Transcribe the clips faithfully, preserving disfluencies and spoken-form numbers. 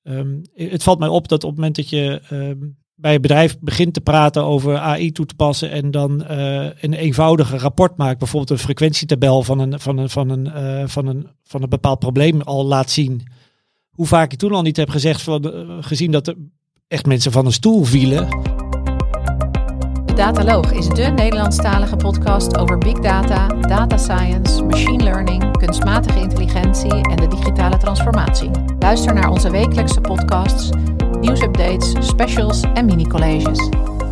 Um, het valt mij op dat op het moment dat je um, bij een bedrijf begint te praten over A I toe te passen en dan uh, een eenvoudige rapport maakt, bijvoorbeeld een frequentietabel van een, van een, van een, uh, van een, van een bepaald probleem al laat zien. Hoe vaak ik toen al niet heb gezegd van, uh, gezien dat er echt mensen van een stoel vielen. Dataloog is de Nederlandstalige podcast over big data, data science, machine learning, kunstmatige intelligentie en de digitale transformatie. Luister naar onze wekelijkse podcasts, nieuwsupdates, specials en mini-colleges.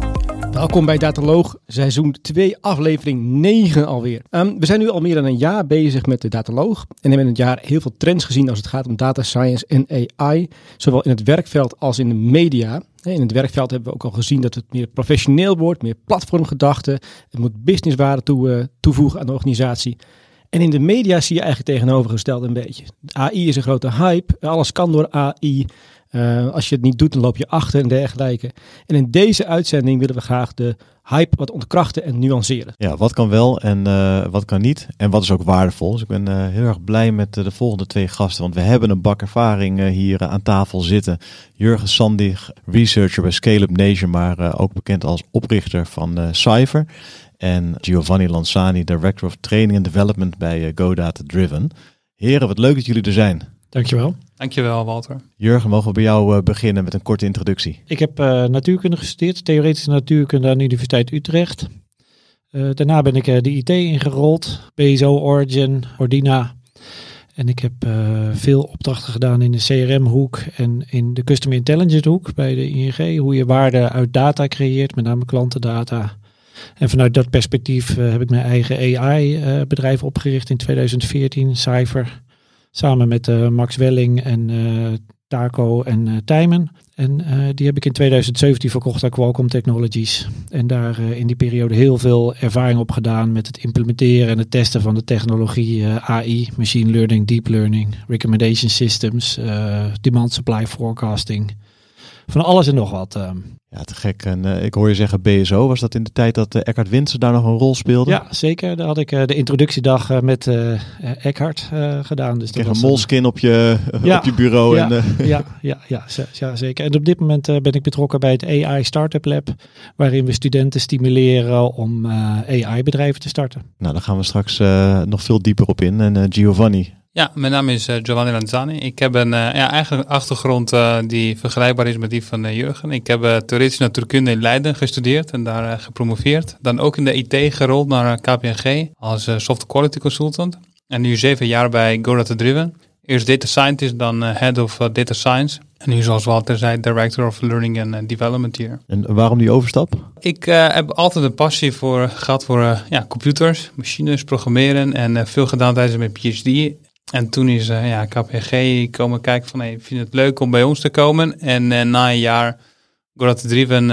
Welkom bij Dataloog, seizoen twee, aflevering negen alweer. Um, we zijn nu al meer dan een jaar bezig met de Dataloog en hebben in het jaar heel veel trends gezien als het gaat om data science en A I, zowel in het werkveld als in de media. In het werkveld hebben we ook al gezien dat het meer professioneel wordt, meer platformgedachte. Het moet businesswaarde toe, uh, toevoegen aan de organisatie. En in de media zie je eigenlijk tegenovergesteld een beetje. A I is een grote hype, alles kan door A I. Uh, als je het niet doet, dan loop je achter en dergelijke. En in deze uitzending willen we graag de hype wat ontkrachten en nuanceren. Ja, wat kan wel en uh, wat kan niet en wat is ook waardevol. Dus ik ben uh, heel erg blij met uh, de volgende twee gasten, want we hebben een bak ervaring uh, hier uh, aan tafel zitten. Jurgen Sandig, researcher bij Scale Up Nation, maar uh, ook bekend als oprichter van uh, Cypher. En Giovanni Lanzani, director of training and development bij uh, GoData Driven. Heren, wat leuk dat jullie er zijn. Dankjewel. Dankjewel, Walter. Jurgen, mogen we bij jou uh, beginnen met een korte introductie? Ik heb uh, natuurkunde gestudeerd, theoretische natuurkunde aan de Universiteit Utrecht. Uh, daarna ben ik uh, de I T ingerold, B S O, Origin, Ordina. En ik heb uh, veel opdrachten gedaan in de C R M-hoek en in de Customer Intelligence-hoek bij de I N G. Hoe je waarde uit data creëert, met name klantendata. En vanuit dat perspectief uh, heb ik mijn eigen A I-bedrijf uh, opgericht in tweeduizend veertien, Cypher. Samen met uh, Max Welling en uh, Taco en uh, Tijmen. En uh, die heb ik in tweeduizend zeventien verkocht aan Qualcomm Technologies. En daar uh, in die periode heel veel ervaring op gedaan met het implementeren en het testen van de technologie uh, A I, machine learning, deep learning, recommendation systems, uh, demand supply forecasting. Van alles en nog wat. Uh. Ja, te gek. En uh, ik hoor je zeggen B S O. Was dat in de tijd dat uh, Eckhard Winsen daar nog een rol speelde? Ja, zeker. Daar had ik uh, de introductiedag uh, met uh, Eckhard uh, gedaan. Dus je kreeg een molskin op je, ja, op je bureau. Ja, en, uh... ja, ja, ja, ja, zeker. En op dit moment uh, ben ik betrokken bij het A I Startup Lab. Waarin we studenten stimuleren om uh, A I-bedrijven te starten. Nou, daar gaan we straks uh, nog veel dieper op in. En uh, Giovanni... Ja, mijn naam is uh, Giovanni Lanzani. Ik heb een uh, ja, eigenlijk achtergrond uh, die vergelijkbaar is met die van uh, Jurgen. Ik heb uh, theoretische natuurkunde in Leiden gestudeerd en daar uh, gepromoveerd. Dan ook in de I T gerold naar uh, K P M G als uh, software quality consultant. En nu zeven jaar bij GoData Driven. Eerst data scientist, dan uh, head of uh, data science. En nu, zoals Walter zei, director of learning and uh, development hier. En waarom die overstap? Ik uh, heb altijd een passie voor, gehad voor uh, ja, computers, machines, programmeren en uh, veel gedaan tijdens mijn P H D. En toen is uh, ja, K P M G komen kijken van, hey, ik vind het leuk om bij ons te komen. En uh, na een jaar GoData Driven uh,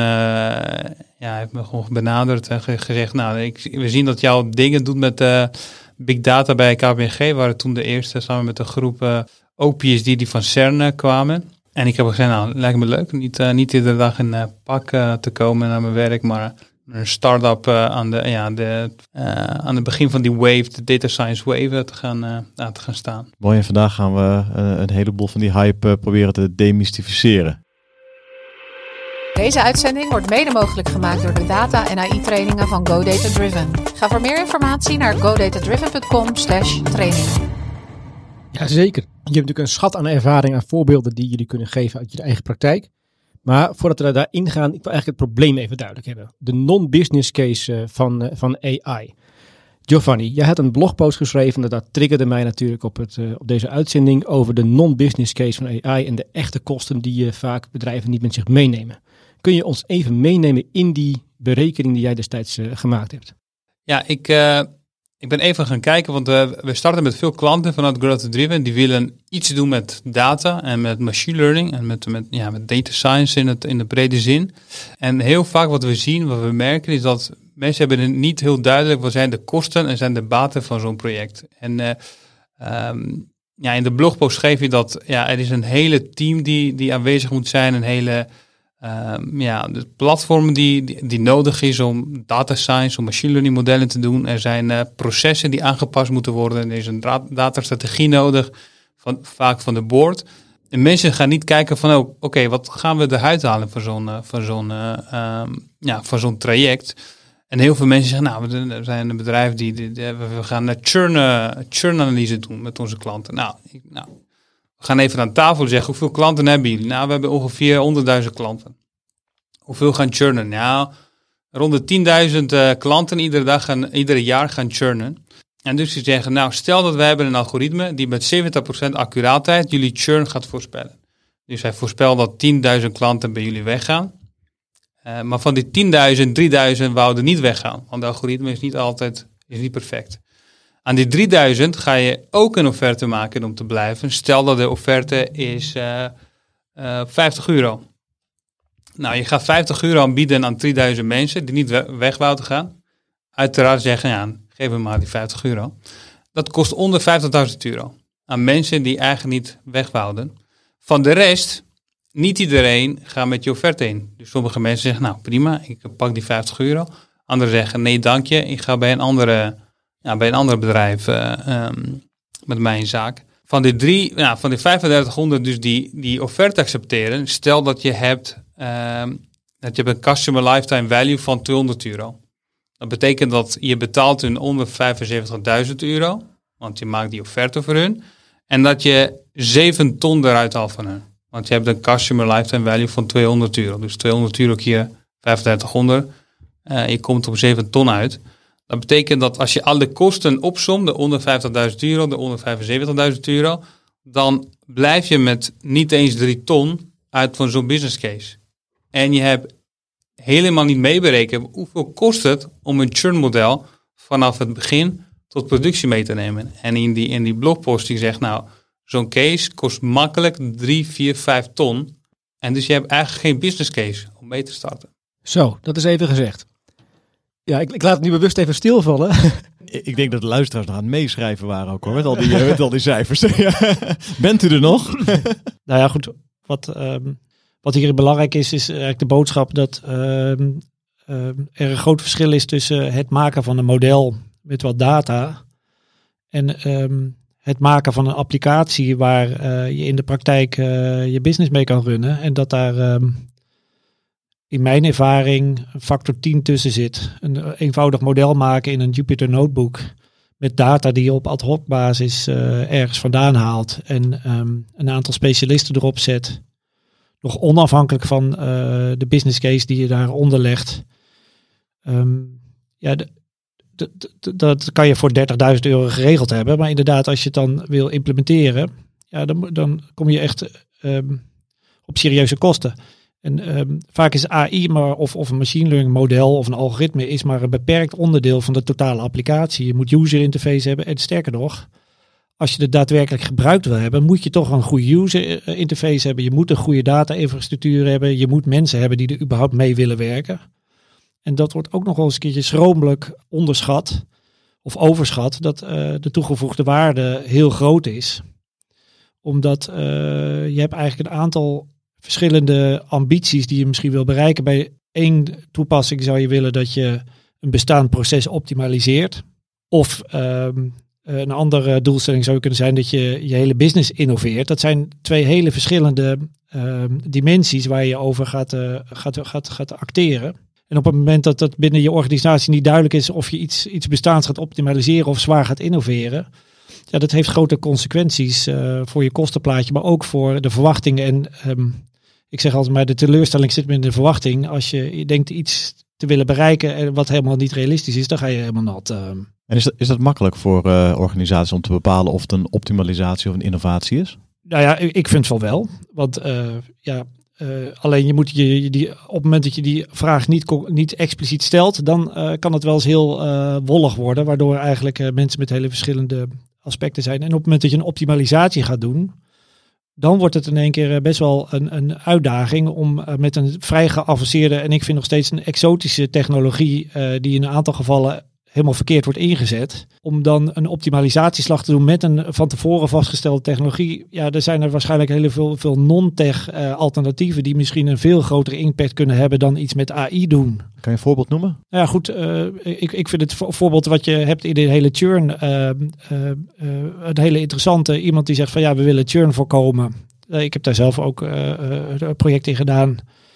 ja, heeft me gewoon benaderd en ge- gezegd, nou, ik, we zien dat jouw dingen doet met uh, big data bij K P M G. We waren toen de eerste samen met een groep uh, ook P H D die van CERN uh, kwamen. En ik heb gezegd, nou, lijkt me leuk. Niet, uh, niet iedere dag in uh, pak uh, te komen naar mijn werk, maar een start-up uh, aan, de, ja, de, uh, aan het begin van die wave, de data science wave, uh, te, gaan, uh, uh, te gaan staan. Mooi, en vandaag gaan we uh, een heleboel van die hype uh, proberen te demystificeren. Deze uitzending wordt mede mogelijk gemaakt door de data- en A I-trainingen van GoData Driven. Ga voor meer informatie naar godatadriven.com slash trainingen. Jazeker. Je hebt natuurlijk een schat aan ervaring en voorbeelden die jullie kunnen geven uit je eigen praktijk. Maar voordat we daarin gaan, ik wil eigenlijk het probleem even duidelijk hebben. De non-business case van, van A I. Giovanni, jij had een blogpost geschreven, dat, dat triggerde mij natuurlijk op, het, op deze uitzending over de non-business case van A I en de echte kosten die uh, vaak bedrijven niet met zich meenemen. Kun je ons even meenemen in die berekening die jij destijds uh, gemaakt hebt? Ja, ik, uh, ik ben even gaan kijken, want uh, we starten met veel klanten vanuit GoData Driven. Die willen iets doen met data en met machine learning en met, met, ja, met data science in, het, in de brede zin. En heel vaak wat we zien, wat we merken, is dat mensen hebben het niet heel duidelijk wat zijn de kosten en zijn de baten van zo'n project. En uh, um, ja, in de blogpost schreef je dat ja, er is een hele team die, die aanwezig moet zijn, een hele um, ja, de platform die, die, die nodig is om data science, om machine learning modellen te doen. Er zijn uh, processen die aangepast moeten worden. Er is een datastrategie nodig, van, vaak van de board. En mensen gaan niet kijken van, oh, oké, okay, wat gaan we eruit halen van zo'n, uh, van zo'n, uh, um, ja, van zo'n traject? En heel veel mensen zeggen, nou, we zijn een bedrijf die, die, die we gaan een churn, uh, churn-analyse doen met onze klanten. Nou, ik, nou, we gaan even aan tafel zeggen, hoeveel klanten hebben jullie? Nou, we hebben ongeveer honderdduizend klanten. Hoeveel gaan churnen? Nou, rond de tienduizend uh, klanten iedere dag gaan, iedere jaar gaan churnen. En dus ze zeggen, nou, stel dat we hebben een algoritme die met zeventig procent accuraatheid jullie churn gaat voorspellen. Dus hij voorspelt dat tienduizend klanten bij jullie weggaan. Uh, maar van die tienduizend, drieduizend wouden niet weggaan. Want de algoritme is niet altijd is niet perfect. Aan die drieduizend ga je ook een offerte maken om te blijven. Stel dat de offerte is uh, uh, vijftig euro. Nou, je gaat vijftig euro aanbieden aan drieduizend mensen die niet we- weg wouden gaan. Uiteraard zeggen, ja, geef me maar die vijftig euro. Dat kost onder vijftigduizend euro. Aan mensen die eigenlijk niet weg wouden. Van de rest, niet iedereen gaat met je offerte in. Dus sommige mensen zeggen, nou prima, ik pak die vijftig euro. Anderen zeggen, nee dank je, ik ga bij een andere, ja, bij een ander bedrijf uh, um, met mijn zaak. Van die, drie, nou, van die vijfendertighonderd dus die, die offerte accepteren, stel dat je hebt, um, dat je hebt een customer lifetime value van tweehonderd euro. Dat betekent dat je betaalt hun onder vijfenzeventigduizend euro, want je maakt die offerte voor hun. En dat je zeven ton eruit haalt van hun. Want je hebt een customer lifetime value van tweehonderd euro. Dus tweehonderd euro keer vijfendertighonderd. Uh, je komt op zeven ton uit. Dat betekent dat als je alle kosten opsomt, de onder vijftigduizend euro, de onder vijfenzeventigduizend euro, dan blijf je met niet eens drie ton uit van zo'n business case. En je hebt helemaal niet meeberekend hoeveel kost het om een churn model vanaf het begin tot productie mee te nemen. En in die, in die blogpost die zegt, nou, zo'n case kost makkelijk drie, vier, vijf ton. En dus je hebt eigenlijk geen business case om mee te starten. Zo, dat is even gezegd. Ja, ik, ik laat het nu bewust even stilvallen. Ik denk dat de luisteraars nog aan het meeschrijven waren ook hoor, met al die, met al die cijfers. Bent u er nog? Nou ja, goed. Wat, um, wat hier belangrijk is, is eigenlijk de boodschap dat um, um, er een groot verschil is tussen het maken van een model met wat data en um, het maken van een applicatie waar uh, je in de praktijk uh, je business mee kan runnen. En dat daar um, in mijn ervaring een factor tien tussen zit. Een eenvoudig model maken in een Jupyter Notebook met data die je op ad hoc basis uh, ergens vandaan haalt en um, een aantal specialisten erop zet. Nog onafhankelijk van uh, de business case die je daaronder legt. Um, ja, de, de, de, dat kan je voor dertigduizend euro geregeld hebben. Maar inderdaad, als je het dan wil implementeren, ja, dan, dan kom je echt um, op serieuze kosten. En um, vaak is A I maar, of, of een machine learning model of een algoritme is maar een beperkt onderdeel van de totale applicatie. Je moet user interface hebben en sterker nog, als je het daadwerkelijk gebruikt wil hebben, moet je toch een goede user interface hebben. Je moet een goede data-infrastructuur hebben. Je moet mensen hebben die er überhaupt mee willen werken. En dat wordt ook nog wel eens een keertje schromelijk onderschat of overschat, dat uh, de toegevoegde waarde heel groot is. Omdat uh, je hebt eigenlijk een aantal verschillende ambities die je misschien wil bereiken. Bij één toepassing zou je willen dat je een bestaand proces optimaliseert. Of um, een andere doelstelling zou kunnen zijn dat je je hele business innoveert. Dat zijn twee hele verschillende uh, dimensies waar je over gaat, uh, gaat, gaat, gaat acteren. En op het moment dat dat binnen je organisatie niet duidelijk is of je iets, iets bestaans gaat optimaliseren of zwaar gaat innoveren, ja, dat heeft grote consequenties uh, voor je kostenplaatje, maar ook voor de verwachtingen. En um, ik zeg altijd maar, de teleurstelling zit in de verwachting. Als je, je denkt iets te willen bereiken wat helemaal niet realistisch is, dan ga je helemaal nat. Uh, En is dat, is dat makkelijk voor uh, organisaties om te bepalen of het een optimalisatie of een innovatie is? Nou ja, ik vind het wel wel. Want uh, ja, uh, alleen je moet je, je die, op het moment dat je die vraag niet, niet expliciet stelt, dan uh, kan het wel eens heel uh, wollig worden, waardoor eigenlijk uh, mensen met hele verschillende aspecten zijn. En op het moment dat je een optimalisatie gaat doen, dan wordt het in één keer best wel een, een uitdaging om uh, met een vrij geavanceerde en ik vind nog steeds een exotische technologie uh, die in een aantal gevallen helemaal verkeerd wordt ingezet, om dan een optimalisatieslag te doen met een van tevoren vastgestelde technologie. Ja, er zijn er waarschijnlijk heel veel, veel non-tech uh, alternatieven die misschien een veel grotere impact kunnen hebben dan iets met A I doen. Kan je een voorbeeld noemen? Nou ja, goed. Uh, ik, ik vind het vo- voorbeeld wat je hebt in de hele churn uh, uh, uh, het hele interessante. Iemand die zegt van ja, we willen churn voorkomen. Uh, ik heb daar zelf ook uh, uh, een project in gedaan.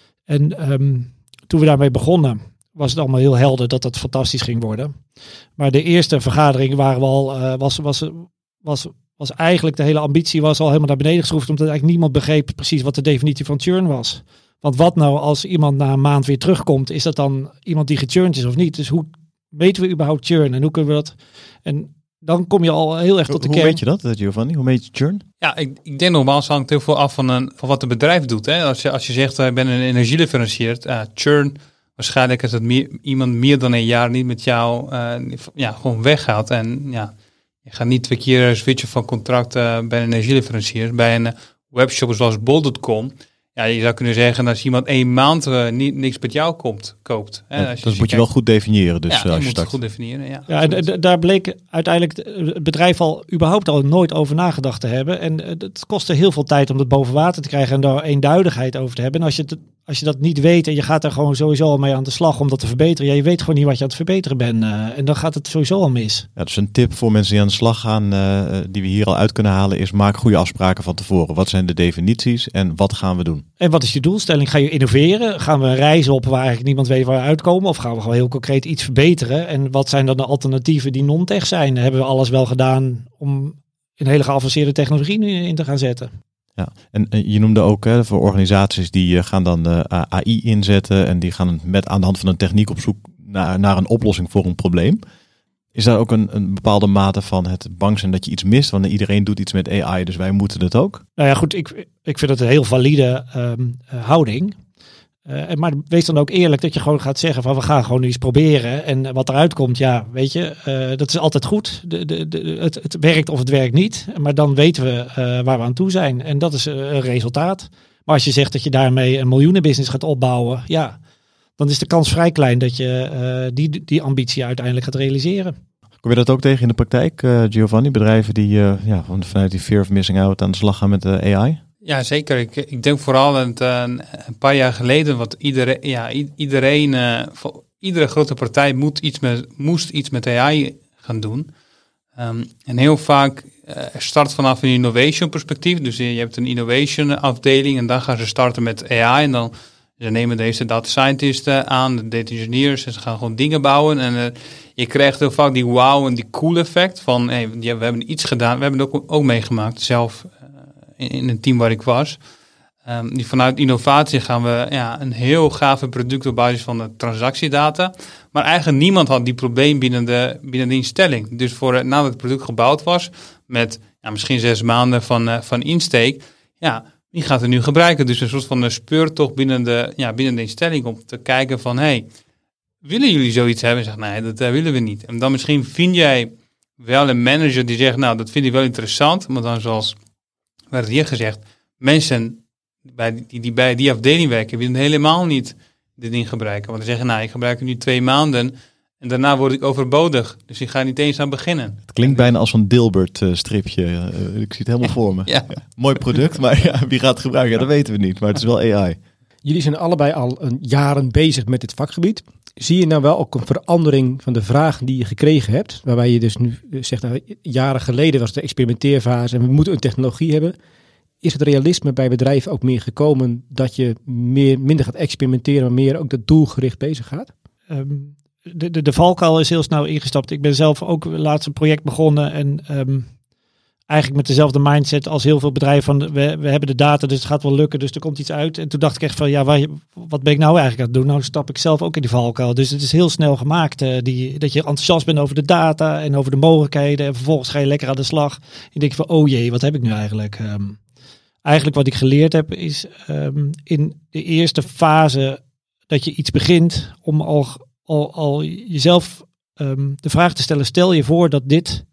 En um, toen we daarmee begonnen, was het allemaal heel helder dat het fantastisch ging worden. Maar de eerste vergadering waren we al, uh, was, was, was, was eigenlijk de hele ambitie was al helemaal naar beneden geschroefd, omdat eigenlijk niemand begreep precies wat de definitie van churn was. Want wat nou als iemand na een maand weer terugkomt, is dat dan iemand die gechurned is of niet? Dus hoe meten we überhaupt churn en hoe kunnen we dat? En dan kom je al heel erg tot de hoe kern. Hoe weet je dat, Giovanni? Hoe meet je churn? Ja, ik, ik denk nogmaals, hangt heel veel af van, een, van wat het bedrijf doet. Hè? Als, je, als je zegt, uh, ik ben een energieleverancier, uh, churn, waarschijnlijk is dat meer, iemand meer dan een jaar niet met jou uh, ja, gewoon weggaat. En ja, je gaat niet twee keer switchen van contract uh, bij een energieleverancier. Bij een uh, webshop zoals bol punt com. Ja, je zou kunnen zeggen, als iemand één maand uh, niet, niks met jou komt, koopt. Hè, Ja, als je dat moet je kijkt, wel goed definiëren. Dus, ja, uh, je als je moet start. het goed definiëren. Ja, Ja, en d- daar bleek uiteindelijk het bedrijf al überhaupt al nooit over nagedacht te hebben. En uh, het kostte heel veel tijd om dat boven water te krijgen en daar eenduidigheid over te hebben. En als je, het, als je dat niet weet en je gaat daar gewoon sowieso al mee aan de slag om dat te verbeteren. Ja, je weet gewoon niet wat je aan het verbeteren bent. Uh, en dan gaat het sowieso al mis. Ja, dus een tip voor mensen die aan de slag gaan, uh, die we hier al uit kunnen halen, is maak goede afspraken van tevoren. Wat zijn de definities en wat gaan we doen? En wat is je doelstelling? Ga je innoveren? Gaan we reizen op waar eigenlijk niemand weet waar we uitkomen? Of gaan we gewoon heel concreet iets verbeteren? En wat zijn dan de alternatieven die non-tech zijn? Hebben we alles wel gedaan om een hele geavanceerde technologie nu in te gaan zetten? Ja, en uh, je noemde ook hè, voor organisaties die uh, gaan dan uh, A I inzetten en die gaan met aan de hand van een techniek op zoek naar, naar een oplossing voor een probleem. Is daar ook een, een bepaalde mate van het bang zijn dat je iets mist? Want iedereen doet iets met A I, dus wij moeten het ook. Nou ja, goed, ik, ik vind het een heel valide um, uh, houding. Uh, maar wees dan ook eerlijk dat je gewoon gaat zeggen van we gaan gewoon iets proberen. En wat eruit komt, ja, weet je, uh, dat is altijd goed. De, de, de, het, het werkt of het werkt niet. Maar dan weten we uh, waar we aan toe zijn. En dat is uh, een resultaat. Maar als je zegt dat je daarmee een miljoenenbusiness gaat opbouwen, ja, dan is de kans vrij klein dat je uh, die, die ambitie uiteindelijk gaat realiseren. Kom je dat ook tegen in de praktijk, uh, Giovanni? Bedrijven die uh, ja, vanuit die fear of missing out aan de slag gaan met uh, A I? Ja, zeker. Ik, ik denk vooral dat uh, een paar jaar geleden, wat iedereen, ja, i- iedereen, uh, voor, iedere grote partij moet iets met, moest iets met A I gaan doen. Um, en heel vaak uh, start vanaf een innovation perspectief. Dus je, je hebt een innovation afdeling en dan gaan ze starten met A I. En dan ze nemen deze data scientisten aan, de data engineers, en ze gaan gewoon dingen bouwen. En uh, je krijgt heel vaak die wow en die cool effect van, hey, ja, we hebben iets gedaan. We hebben het ook, ook meegemaakt, zelf uh, in, in een team waar ik was. Um, die vanuit innovatie gaan we ja, een heel gave product op basis van de transactiedata. Maar eigenlijk niemand had die probleem binnen de, binnen de instelling. Dus voor, uh, nadat het product gebouwd was, met ja, misschien zes maanden van, uh, van insteek, ja, wie gaat het nu gebruiken? Dus een soort van een speurtocht binnen de, ja, binnen de instelling om te kijken van, hey, willen jullie zoiets hebben? En zegt, nee, dat uh, willen we niet. En dan misschien vind jij wel een manager die zegt, nou, dat vind ik wel interessant. Maar dan zoals werd hier gezegd, mensen bij die, die bij die afdeling werken, willen helemaal niet dit ding gebruiken. Want ze zeggen, nou, ik gebruik het nu twee maanden en daarna word ik overbodig. Dus ik ga niet eens aan beginnen. Het klinkt bijna als een Dilbert-stripje. Uh, ik zie het helemaal voor me. Ja. Ja, mooi product, maar ja, wie gaat het gebruiken? Ja, dat weten we niet, maar het is wel A I. Jullie zijn allebei al een jaren bezig met dit vakgebied. Zie je nou wel ook een verandering van de vragen die je gekregen hebt? Waarbij je dus nu zegt, nou, jaren geleden was de experimenteerfase en we moeten een technologie hebben. Is het realisme bij bedrijven ook meer gekomen dat je meer, minder gaat experimenteren, maar meer ook dat doelgericht bezig gaat? Um, de, de, de valkuil is heel snel ingestapt. Ik ben zelf ook laatst een project begonnen en um, eigenlijk met dezelfde mindset als heel veel bedrijven van we, we hebben de data, dus het gaat wel lukken, dus er komt iets uit. En toen dacht ik echt van ja, waar, wat ben ik nou eigenlijk aan het doen? Nou stap ik zelf ook in die valkuil. Dus het is heel snel gemaakt uh, die, dat je enthousiast bent over de data en over de mogelijkheden en vervolgens ga je lekker aan de slag. En denk je van oh jee, wat heb ik nu eigenlijk? Um, Eigenlijk wat ik geleerd heb is um, in de eerste fase dat je iets begint om al, al, al jezelf um, de vraag te stellen. Stel je voor dat dit,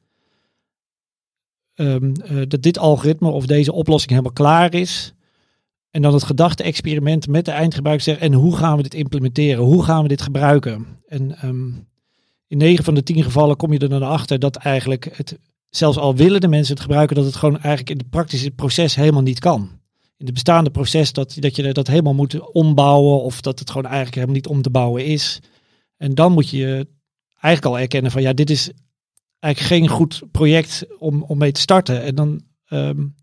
um, uh, dat dit algoritme of deze oplossing helemaal klaar is. En dan het gedachte-experiment met de eindgebruiker zeggen. En hoe gaan we dit implementeren? Hoe gaan we dit gebruiken? En um, in negen van de tien gevallen kom je er dan achter dat eigenlijk het... Zelfs al willen de mensen het gebruiken, dat het gewoon eigenlijk in het praktische proces helemaal niet kan. In het bestaande proces dat, dat je dat helemaal moet ombouwen of dat het gewoon eigenlijk helemaal niet om te bouwen is. En dan moet je eigenlijk al erkennen van ja, dit is eigenlijk geen goed project om, om mee te starten. En dan um,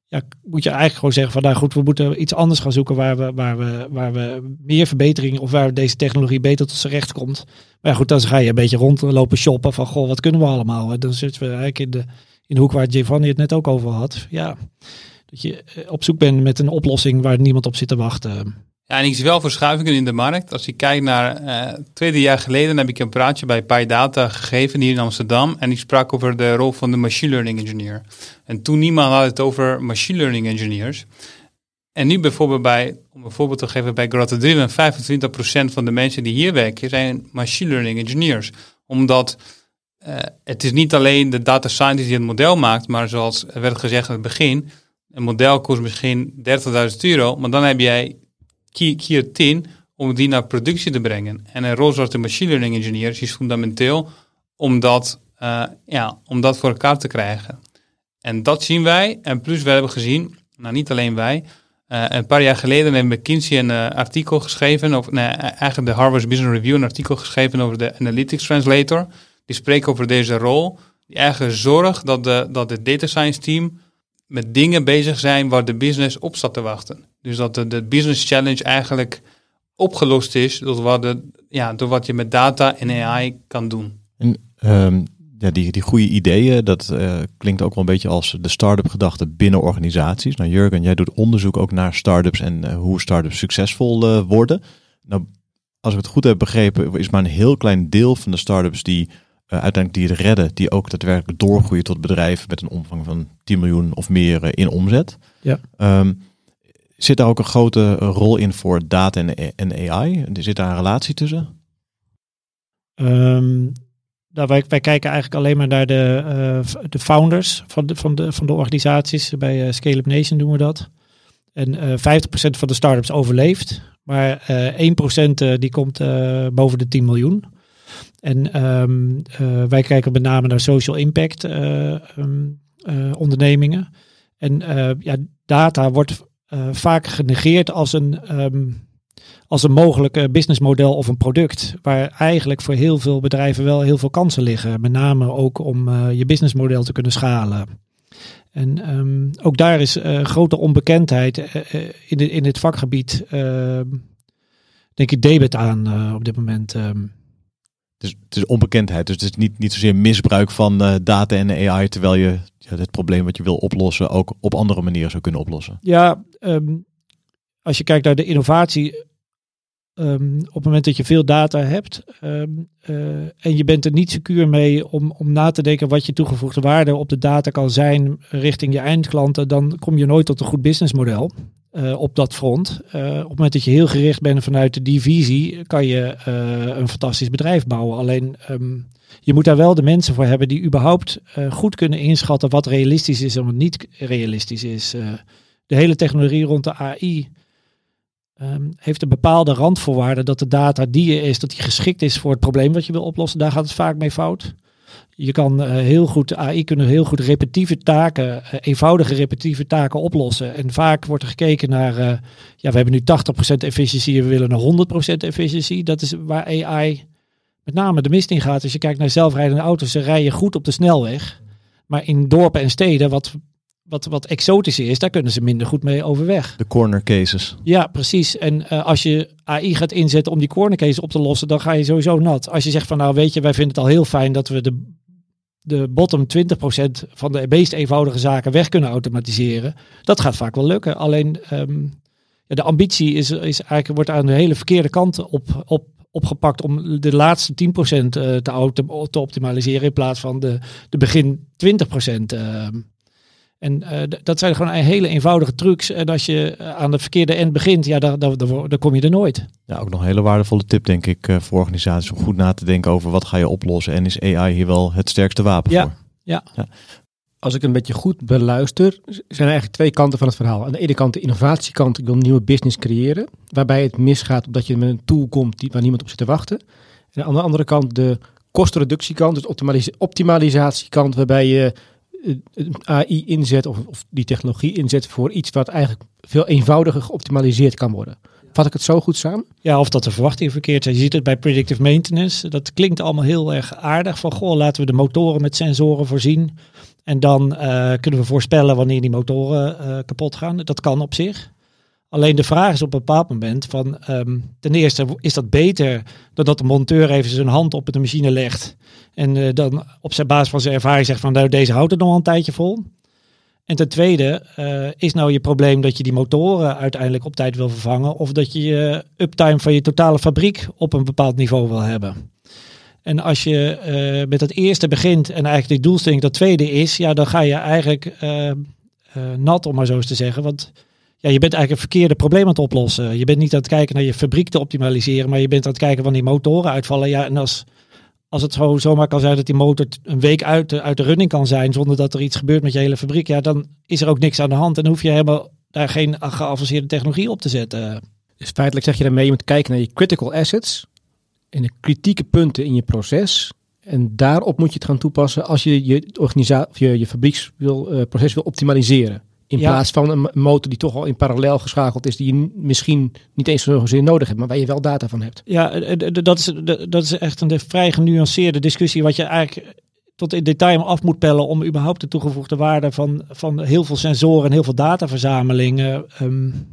ja, moet je eigenlijk gewoon zeggen van nou goed, we moeten iets anders gaan zoeken waar we, waar we, waar we meer verbetering of waar deze technologie beter tot zijn recht komt. Maar ja, goed, dan ga je een beetje rondlopen shoppen van goh, wat kunnen we allemaal? En dan zitten we eigenlijk in de, in de hoek waar Giovanni het net ook over had. Ja, dat je op zoek bent met een oplossing waar niemand op zit te wachten. Ja, en ik zie wel verschuivingen in de markt. Als je kijkt naar uh, tweede jaar geleden heb ik een praatje bij PyData gegeven hier in Amsterdam. En ik sprak over de rol van de machine learning engineer. En toen niemand had het over machine learning engineers. En nu bijvoorbeeld bij, om een voorbeeld te geven, bij Grata Driven, vijfentwintig procent van de mensen die hier werken zijn machine learning engineers. Omdat uh, het is niet alleen de data scientist die het model maakt, maar zoals er werd gezegd aan het begin, een model kost misschien dertigduizend euro, maar dan heb jij keer tien om die naar productie te brengen. En een rol zoals de machine learning engineers is fundamenteel om dat, uh, ja, om dat voor elkaar te krijgen. En dat zien wij. En plus we hebben gezien, nou niet alleen wij, uh, een paar jaar geleden heeft McKinsey een uh, artikel geschreven, of nee, eigenlijk de Harvard Business Review een artikel geschreven over de Analytics Translator. Die spreekt over deze rol, die eigenlijk zorgt dat de, dat de data science team met dingen bezig zijn waar de business op staat te wachten. Dus dat de, de business challenge eigenlijk opgelost is door wat, de, ja, door wat je met data en A I kan doen. En, um, ja, die, die goede ideeën, dat uh, klinkt ook wel een beetje als de start-up gedachte binnen organisaties. Nou Jurgen, jij doet onderzoek ook naar start-ups en uh, hoe start-ups succesvol uh, worden. Nou, als ik het goed heb begrepen, is maar een heel klein deel van de start-ups die Uh, uiteindelijk die het redden, die ook daadwerkelijk doorgroeien tot bedrijven met een omvang van tien miljoen of meer uh, in omzet. Ja. Um, zit daar ook een grote rol in voor data en, en A I? Zit daar een relatie tussen? Um, nou, wij, wij kijken eigenlijk alleen maar naar de, uh, de founders van de, van, de, van de organisaties. Bij uh, Scale-up Nation doen we dat. En uh, vijftig procent van de start-ups overleeft, maar uh, één procent uh, die komt uh, boven de tien miljoen. En um, uh, wij kijken met name naar social impact uh, um, uh, ondernemingen. En uh, ja, data wordt uh, vaak genegeerd als een, um, als een mogelijk businessmodel of een product. Waar eigenlijk voor heel veel bedrijven wel heel veel kansen liggen. Met name ook om uh, je businessmodel te kunnen schalen. En um, ook daar is uh, grote onbekendheid uh, uh, in, de, in het vakgebied, uh, denk ik, debet aan uh, op dit moment. Um. Dus het is onbekendheid, dus het is niet, niet zozeer misbruik van uh, data en A I, terwijl je ja, het probleem wat je wil oplossen ook op andere manieren zou kunnen oplossen. Ja, um, als je kijkt naar de innovatie, um, op het moment dat je veel data hebt um, uh, en je bent er niet secuur mee om, om na te denken wat je toegevoegde waarde op de data kan zijn richting je eindklanten, dan kom je nooit tot een goed businessmodel. Uh, op dat front. Uh, op het moment dat je heel gericht bent vanuit die visie, kan je uh, een fantastisch bedrijf bouwen. Alleen um, je moet daar wel de mensen voor hebben die überhaupt uh, goed kunnen inschatten wat realistisch is en wat niet realistisch is. Uh, de hele technologie rond de A I um, heeft een bepaalde randvoorwaarde dat de data die er is, dat die geschikt is voor het probleem wat je wil oplossen. Daar gaat het vaak mee fout. Je kan uh, heel goed, A I kunnen heel goed repetitieve taken, uh, eenvoudige repetitieve taken oplossen. En vaak wordt er gekeken naar, uh, ja, we hebben nu tachtig procent efficiëntie en we willen naar honderd procent efficiëntie. Dat is waar A I met name de mist in gaat. Als je kijkt naar zelfrijdende auto's, ze rijden goed op de snelweg. Maar in dorpen en steden, wat, wat, wat exotischer is, daar kunnen ze minder goed mee overweg. De corner cases. Ja, precies. En uh, als je A I gaat inzetten om die corner cases op te lossen, dan ga je sowieso nat. Als je zegt van nou weet je, wij vinden het al heel fijn dat we de de bottom twintig procent van de meest eenvoudige zaken weg kunnen automatiseren. Dat gaat vaak wel lukken. Alleen um, ja, de ambitie is, is eigenlijk, wordt aan de hele verkeerde kant op, op, opgepakt om de laatste tien procent uh, te, auto, te optimaliseren in plaats van de, de begin twintig procent. Uh, en uh, d- dat zijn gewoon hele eenvoudige trucs. En als je aan de verkeerde end begint, ja, dan, dan, dan, dan kom je er nooit. Ja, ook nog een hele waardevolle tip, denk ik, uh, voor organisaties om goed na te denken over wat ga je oplossen. En is A I hier wel het sterkste wapen ja, voor? Ja. ja. Als ik een beetje goed beluister, zijn er eigenlijk twee kanten van het verhaal. Aan de ene kant de innovatiekant, ik wil een nieuwe business creëren, waarbij het misgaat omdat je met een tool komt die, waar niemand op zit te wachten. En aan de andere kant de kostenreductiekant, dus optimalis- optimalisatiekant, waarbij je A I inzet of, of die technologie inzet voor iets wat eigenlijk veel eenvoudiger geoptimaliseerd kan worden. Vat ik het zo goed samen? Ja, of dat de verwachtingen verkeerd zijn. Je ziet het bij predictive maintenance. Dat klinkt allemaal heel erg aardig. Van goh, laten we de motoren met sensoren voorzien. En dan uh, kunnen we voorspellen wanneer die motoren uh, kapot gaan. Dat kan op zich. Alleen de vraag is op een bepaald moment van... Um, ten eerste, is dat beter dan dat de monteur even zijn hand op de machine legt... en uh, dan op zijn basis van zijn ervaring zegt van... nou, deze houdt het nog wel een tijdje vol. En ten tweede, uh, is nou je probleem dat je die motoren uiteindelijk op tijd wil vervangen... of dat je je uptime van je totale fabriek op een bepaald niveau wil hebben... En als je uh, met het eerste begint en eigenlijk die doelstelling dat tweede is, ja, dan ga je eigenlijk uh, uh, nat, om maar zo eens te zeggen. Want ja, je bent eigenlijk een verkeerde probleem aan het oplossen. Je bent niet aan het kijken naar je fabriek te optimaliseren, maar je bent aan het kijken wanneer motoren uitvallen. Ja, en als, als het zo, zomaar kan zijn dat die motor een week uit de, uit de running kan zijn zonder dat er iets gebeurt met je hele fabriek, ja, dan is er ook niks aan de hand. En dan hoef je helemaal daar geen geavanceerde technologie op te zetten. Dus feitelijk zeg je daarmee, je moet kijken naar je critical assets en de kritieke punten in je proces. En daarop moet je het gaan toepassen als je je, organisa- of je, je fabrieksproces uh, wil optimaliseren. In ja. plaats van een motor die toch al in parallel geschakeld is, die je misschien niet eens zozeer nodig hebt, maar waar je wel data van hebt. Ja, dat is, dat is echt een vrij genuanceerde discussie, wat je eigenlijk tot in detail af moet pellen om überhaupt de toegevoegde waarde van, van heel veel sensoren en heel veel dataverzamelingen um,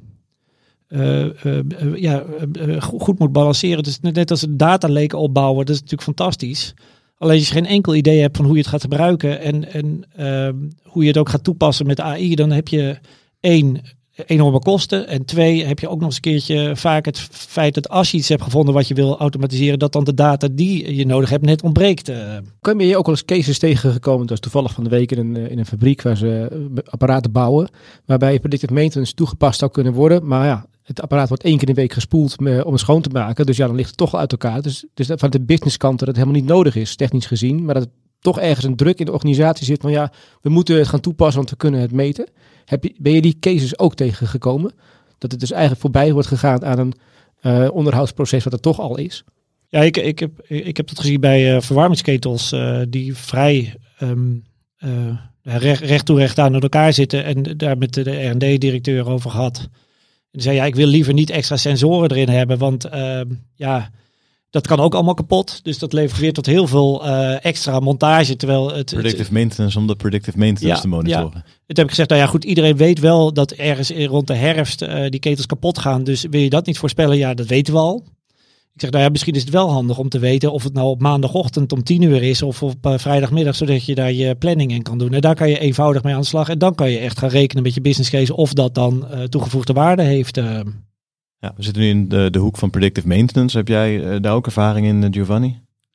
Uh, uh, uh, ja, uh, goed moet balanceren. Dus net als een datalake opbouwen, dat is natuurlijk fantastisch. Alleen als je geen enkel idee hebt van hoe je het gaat gebruiken en, en uh, hoe je het ook gaat toepassen met A I, dan heb je één, enorme kosten. En twee, heb je ook nog eens een keertje vaak het feit dat als je iets hebt gevonden wat je wil automatiseren, dat dan de data die je nodig hebt net ontbreekt. Uh. Ben je ook al eens cases tegengekomen, dat was toevallig van de week in een, in een fabriek waar ze apparaten bouwen, waarbij predictive maintenance toegepast zou kunnen worden, maar ja, het apparaat wordt één keer in de week gespoeld om het schoon te maken. Dus ja, dan ligt het toch uit elkaar. Dus, dus van de businesskant dat het helemaal niet nodig is, technisch gezien. Maar dat het toch ergens een druk in de organisatie zit van ja, we moeten het gaan toepassen, want we kunnen het meten. Heb je, ben je die cases ook tegengekomen? Dat het dus eigenlijk voorbij wordt gegaan aan een uh, onderhoudsproces wat er toch al is? Ja, ik, ik, heb, ik heb dat gezien bij uh, verwarmingsketels uh, die vrij um, uh, recht, recht toe recht aan elkaar zitten. En daar met de R en D-directeur over gehad. En zei ja, ik wil liever niet extra sensoren erin hebben, want uh, ja, dat kan ook allemaal kapot. Dus dat levert weer tot heel veel uh, extra montage. Terwijl het predictive het, maintenance om de predictive maintenance ja, te monitoren. Ja. Het heb ik gezegd, nou ja goed, iedereen weet wel dat ergens rond de herfst uh, die ketels kapot gaan. Dus wil je dat niet voorspellen? Ja, dat weten we al. Ik zeg, nou ja, misschien is het wel handig om te weten of het nou op maandagochtend om tien uur is of op uh, vrijdagmiddag, zodat je daar je planning in kan doen. En daar kan je eenvoudig mee aan de slag. En dan kan je echt gaan rekenen met je business case of dat dan uh, toegevoegde waarde heeft. Uh. Ja, we zitten nu in de, de hoek van predictive maintenance. Heb jij uh, daar ook ervaring in, uh, Giovanni?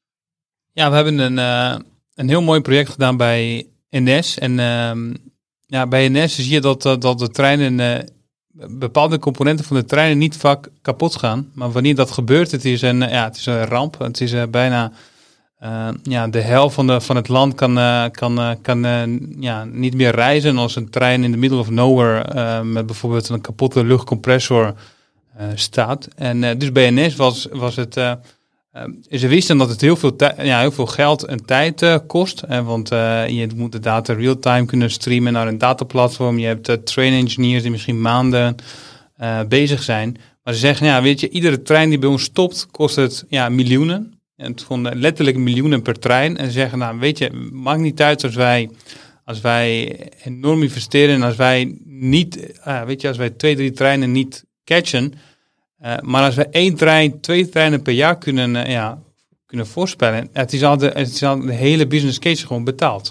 Ja, we hebben een, uh, een heel mooi project gedaan bij N S. En uh, ja, bij N S zie je dat, dat, dat de treinen... Uh, bepaalde componenten van de treinen niet vaak kapot gaan. Maar wanneer dat gebeurt, het is een, ja, het is een ramp. Het is uh, bijna uh, ja, de helft van, de, van het land kan, uh, kan, uh, kan uh, ja, niet meer reizen als een trein in the middle of nowhere uh, met bijvoorbeeld een kapotte luchtcompressor uh, staat. En uh, dus bij N S was, was het... Uh, uh, ze wisten dat het heel veel, tij- ja, heel veel geld en tijd uh, kost. Uh, want uh, je moet de data real-time kunnen streamen naar een dataplatform. Je hebt uh, train engineers die misschien maanden uh, bezig zijn. Maar ze zeggen, ja, weet je, iedere trein die bij ons stopt, kost het ja, miljoenen. En het gewoon letterlijk miljoenen per trein. En ze zeggen, nou, weet je, maakt niet uit als wij, als wij enorm investeren en als wij niet, uh, weet je, als wij twee, drie treinen niet catchen. Uh, maar als we één trein, twee treinen per jaar kunnen, uh, ja, kunnen voorspellen, het is, al de, het is al de hele business case gewoon betaald.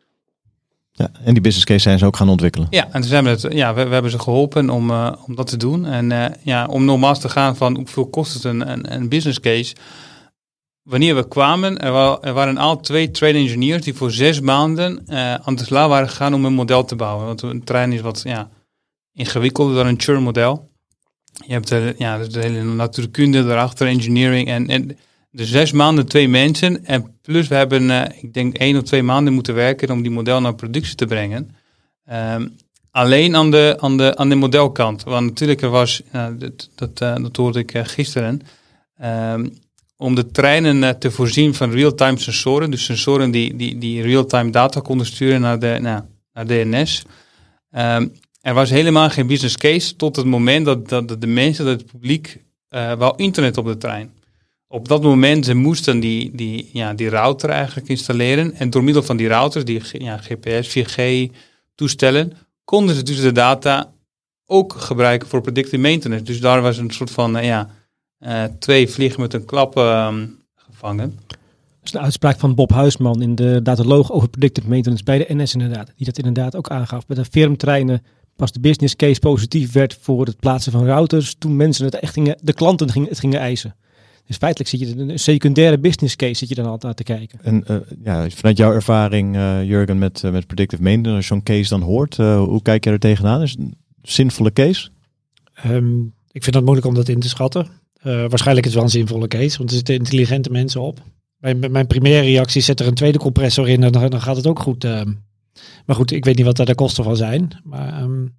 Ja, en die business case zijn ze ook gaan ontwikkelen. Ja, en toen zijn we, het, ja, we, we hebben ze geholpen om, uh, om dat te doen. En uh, ja, om nogmaals te gaan van hoeveel kost het een, een, een business case. Wanneer we kwamen, er, wa- er waren al twee train engineers die voor zes maanden uh, aan de slag waren gegaan om een model te bouwen. Want een trein is wat ja, ingewikkelder dan een churn model. Je hebt de, ja, de hele natuurkunde daarachter, engineering en, en de zes maanden twee mensen. En plus we hebben, uh, ik denk één of twee maanden moeten werken om die model naar productie te brengen. Um, alleen aan de, aan, de, aan de modelkant. Want natuurlijk er was, uh, dat, dat, uh, dat hoorde ik uh, gisteren, um, om de treinen uh, te voorzien van real-time sensoren. Dus sensoren die, die, die real-time data konden sturen naar de, nou, naar de N S. Um, Er was helemaal geen business case tot het moment dat, dat de mensen, dat het publiek, uh, wou internet op de trein. op dat moment, ze moesten die, die, ja, die router eigenlijk installeren. En door middel van die routers, die ja, G P S, vier G toestellen, konden ze dus de data ook gebruiken voor predictive maintenance. Dus daar was een soort van, uh, ja, uh, twee vliegen met een klap uh, gevangen. Dat is een uitspraak van Bob Huisman in de dataloog over predictive maintenance bij de N S inderdaad. Die dat inderdaad ook aangaf. Bij de firmtreinen pas de business case positief werd voor het plaatsen van routers, toen mensen het echt gingen, de klanten gingen, het gingen eisen. Dus feitelijk zit je een secundaire business case zit je dan altijd te kijken. En uh, ja, vanuit jouw ervaring, uh, Jurgen, met, uh, met predictive maintenance, als je zo'n case dan hoort, uh, hoe kijk je er tegenaan? Is het een zinvolle case? Um, ik vind het moeilijk om dat in te schatten. Uh, waarschijnlijk is het wel een zinvolle case, want er zitten intelligente mensen op. Mijn, mijn primaire reactie, zet er een tweede compressor in en dan, dan gaat het ook goed. Uh, maar goed, ik weet niet wat daar de kosten van zijn. Maar um,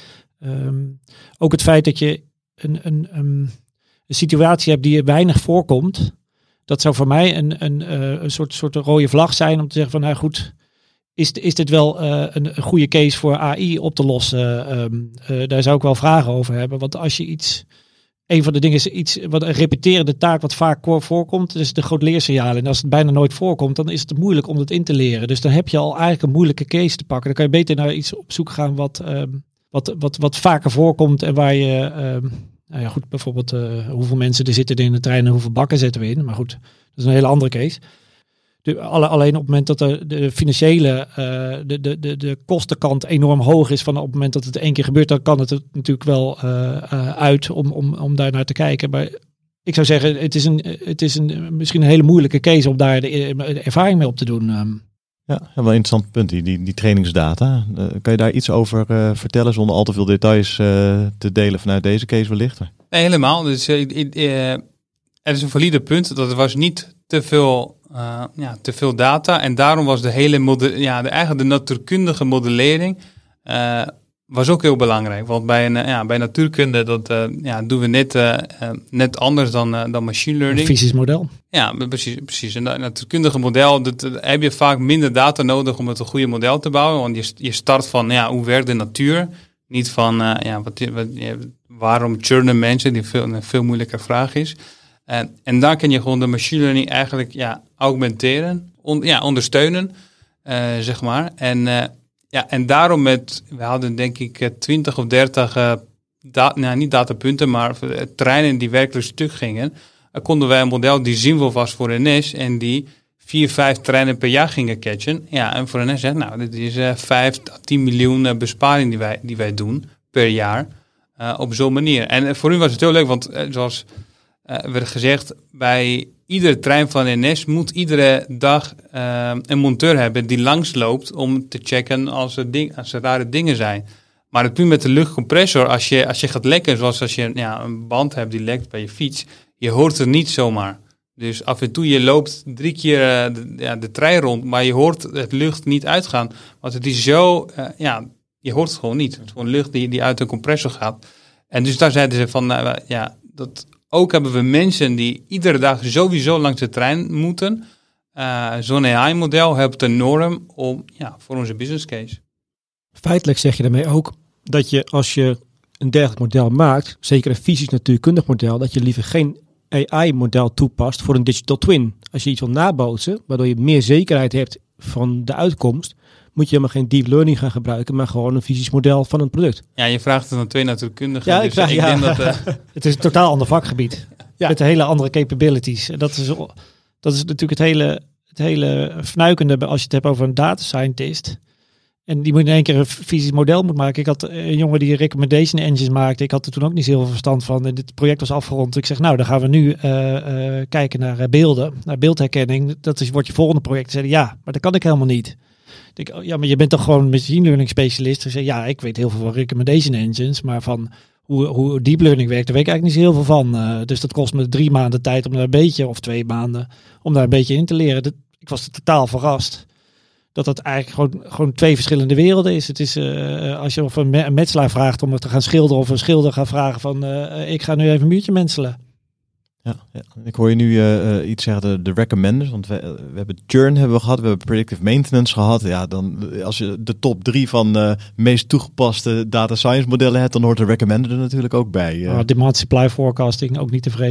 um, ook het feit dat je een, een, um, een situatie hebt die weinig voorkomt, dat zou voor mij een, een, uh, een soort, soort rode vlag zijn om te zeggen van, nou goed, is, is dit wel uh, een, een goede case voor A I op te lossen? Um, uh, daar zou ik wel vragen over hebben. Want als je iets, een van de dingen is iets, wat een repeterende taak wat vaak voorkomt, dus de groot leersignalen. En als het bijna nooit voorkomt, dan is het moeilijk om het in te leren. Dus dan heb je al eigenlijk een moeilijke case te pakken. Dan kan je beter naar iets op zoek gaan wat, um, wat, wat, wat vaker voorkomt en waar je, um, nou ja goed, bijvoorbeeld uh, hoeveel mensen er zitten in de trein en hoeveel bakken zetten we in. Maar goed, dat is een hele andere case. De, alle, alleen op het moment dat de, de financiële, uh, de, de, de, de kostenkant enorm hoog is, van op het moment dat het één keer gebeurt, dan kan het er natuurlijk wel uh, uh, uit om, om, om daar naar te kijken. Maar ik zou zeggen, het is, een, het is een, misschien een hele moeilijke case om daar de, de ervaring mee op te doen. Um. Ja, wel een interessant punt, die, die, die trainingsdata. Uh, kan je daar iets over uh, vertellen, zonder al te veel details uh, te delen vanuit deze case wellicht? Nee, helemaal. Dus, uh, uh, er is een valide punt, dat er was niet te veel... Uh, ja, te veel data en daarom was de hele model, ja, de, eigenlijk de natuurkundige modellering uh, was ook heel belangrijk. Want bij, een, ja, bij natuurkunde dat, uh, ja, doen we net, uh, uh, net anders dan, uh, dan machine learning. Een fysisch model. Ja, precies. precies. En dat natuurkundige model, dat, dat heb je vaak minder data nodig om het een goede model te bouwen. Want je, je start van ja, hoe werkt de natuur? Niet van uh, ja, wat, wat, waarom churnen mensen, die veel, een veel moeilijker vraag is. En, en daar kan je gewoon de machine learning eigenlijk ja, augmenteren, on, ja, ondersteunen, uh, zeg maar. En, uh, ja, en daarom met, we hadden denk ik twintig of dertig, uh, da, nou, niet datapunten, maar uh, treinen die werkelijk stuk gingen. Uh, konden wij een model die zinvol was voor N S en die vier, vijf treinen per jaar gingen catchen. Ja, en voor N S zegt, nou, dit is uh, vijf à tien miljoen uh, besparing die wij, die wij doen per jaar uh, op zo'n manier. En uh, voor u was het heel leuk, want uh, zoals... Uh, werd gezegd, bij iedere trein van N S moet iedere dag uh, een monteur hebben die langsloopt om te checken als er, ding, als er rare dingen zijn. Maar het punt met de luchtcompressor, als je, als je gaat lekken, zoals als je ja, een band hebt die lekt bij je fiets, je hoort het niet zomaar. Dus af en toe je loopt drie keer uh, de, ja, de trein rond, maar je hoort het lucht niet uitgaan. Want het is zo, uh, ja, je hoort het gewoon niet. Het is gewoon lucht die, die uit een compressor gaat. En dus daar zeiden ze van, uh, ja, dat... Ook hebben we mensen die iedere dag sowieso langs de trein moeten. Uh, zo'n A I-model helpt enorm om, ja, voor onze business case. Feitelijk zeg je daarmee ook dat je als je een dergelijk model maakt, zeker een fysisch natuurkundig model, dat je liever geen A I-model toepast voor een digital twin. Als je iets wil nabootsen, waardoor je meer zekerheid hebt van de uitkomst, moet je helemaal geen deep learning gaan gebruiken, maar gewoon een fysisch model van een product. Ja, je vraagt het aan twee natuurkundigen. Ja, dus ik, vraag, ik ja. denk dat... Uh... Het is een totaal ander vakgebied. Ja. Met hele andere capabilities. En dat is, dat is natuurlijk het hele, het hele fnuikende als je het hebt over een data scientist. En die moet in één keer een fysisch model moet maken. Ik had een jongen die recommendation engines maakte. Ik had er toen ook niet zo heel veel verstand van. En dit project was afgerond. Ik zeg, nou, dan gaan we nu uh, uh, kijken naar uh, beelden. Naar beeldherkenning. Dat is, wordt je volgende project. Zeiden, ja, maar dat kan ik helemaal niet. Ik denk, ja, maar je bent toch gewoon een machine learning specialist. Ik zei, ja, ik weet heel veel van recommendation engines. Maar van hoe, hoe deep learning werkt, daar weet ik eigenlijk niet zo heel veel van. Uh, dus dat kost me drie maanden tijd om daar een beetje, of twee maanden, om daar een beetje in te leren. Dat, ik was totaal verrast. Dat dat eigenlijk gewoon, gewoon twee verschillende werelden is. Het is uh, als je of een, me- een metselaar vraagt om het te gaan schilderen, of een schilder gaat vragen van uh, ik ga nu even een muurtje metselen. Ja, ja, ik hoor je nu uh, uh, iets zeggen, de, de recommenders. Want we, uh, we hebben churn hebben we gehad, we hebben predictive maintenance gehad. Ja, dan als je de top drie van uh, meest toegepaste data science modellen hebt, dan hoort de recommender er natuurlijk ook bij. Uh. Oh, demand supply forecasting, ook niet te vergeten.